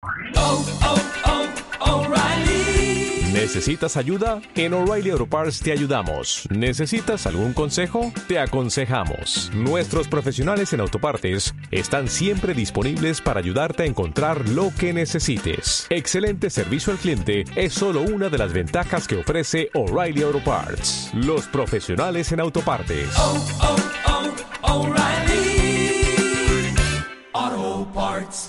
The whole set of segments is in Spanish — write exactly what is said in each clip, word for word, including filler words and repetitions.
Oh, oh, oh, O'Reilly. ¿Necesitas ayuda? En O'Reilly Auto Parts te ayudamos. ¿Necesitas algún consejo? Te aconsejamos. Nuestros profesionales en autopartes están siempre disponibles para ayudarte a encontrar lo que necesites. Excelente servicio al cliente es solo una de las ventajas que ofrece O'Reilly Auto Parts. Los profesionales en autopartes. Oh, oh, oh, O'Reilly Auto Parts.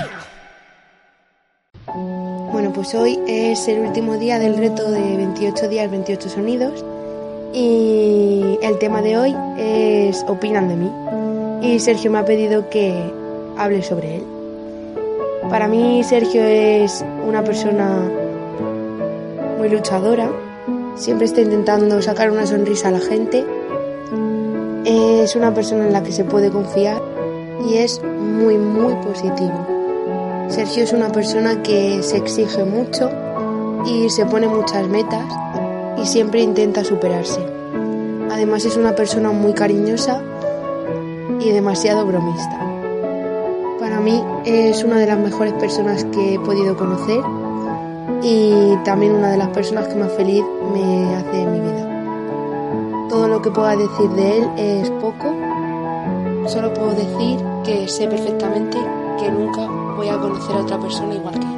Bueno, pues hoy es el último día del reto de veintiocho días, veintiocho sonidos y el tema de hoy es Opinan de mí y Sergio me ha pedido que hable sobre él. Para mí Sergio es una persona muy luchadora, siempre está intentando sacar una sonrisa a la gente, es una persona en la que se puede confiar y es muy muy positivo. Sergio es una persona que se exige mucho y se pone muchas metas y siempre intenta superarse. Además es una persona muy cariñosa y demasiado bromista. Para mí es una de las mejores personas que he podido conocer y también una de las personas que más feliz me hace en mi vida. Todo lo que pueda decir de él es poco, solo puedo decir que sé perfectamente que nunca voy a conocer a otra persona igual que él.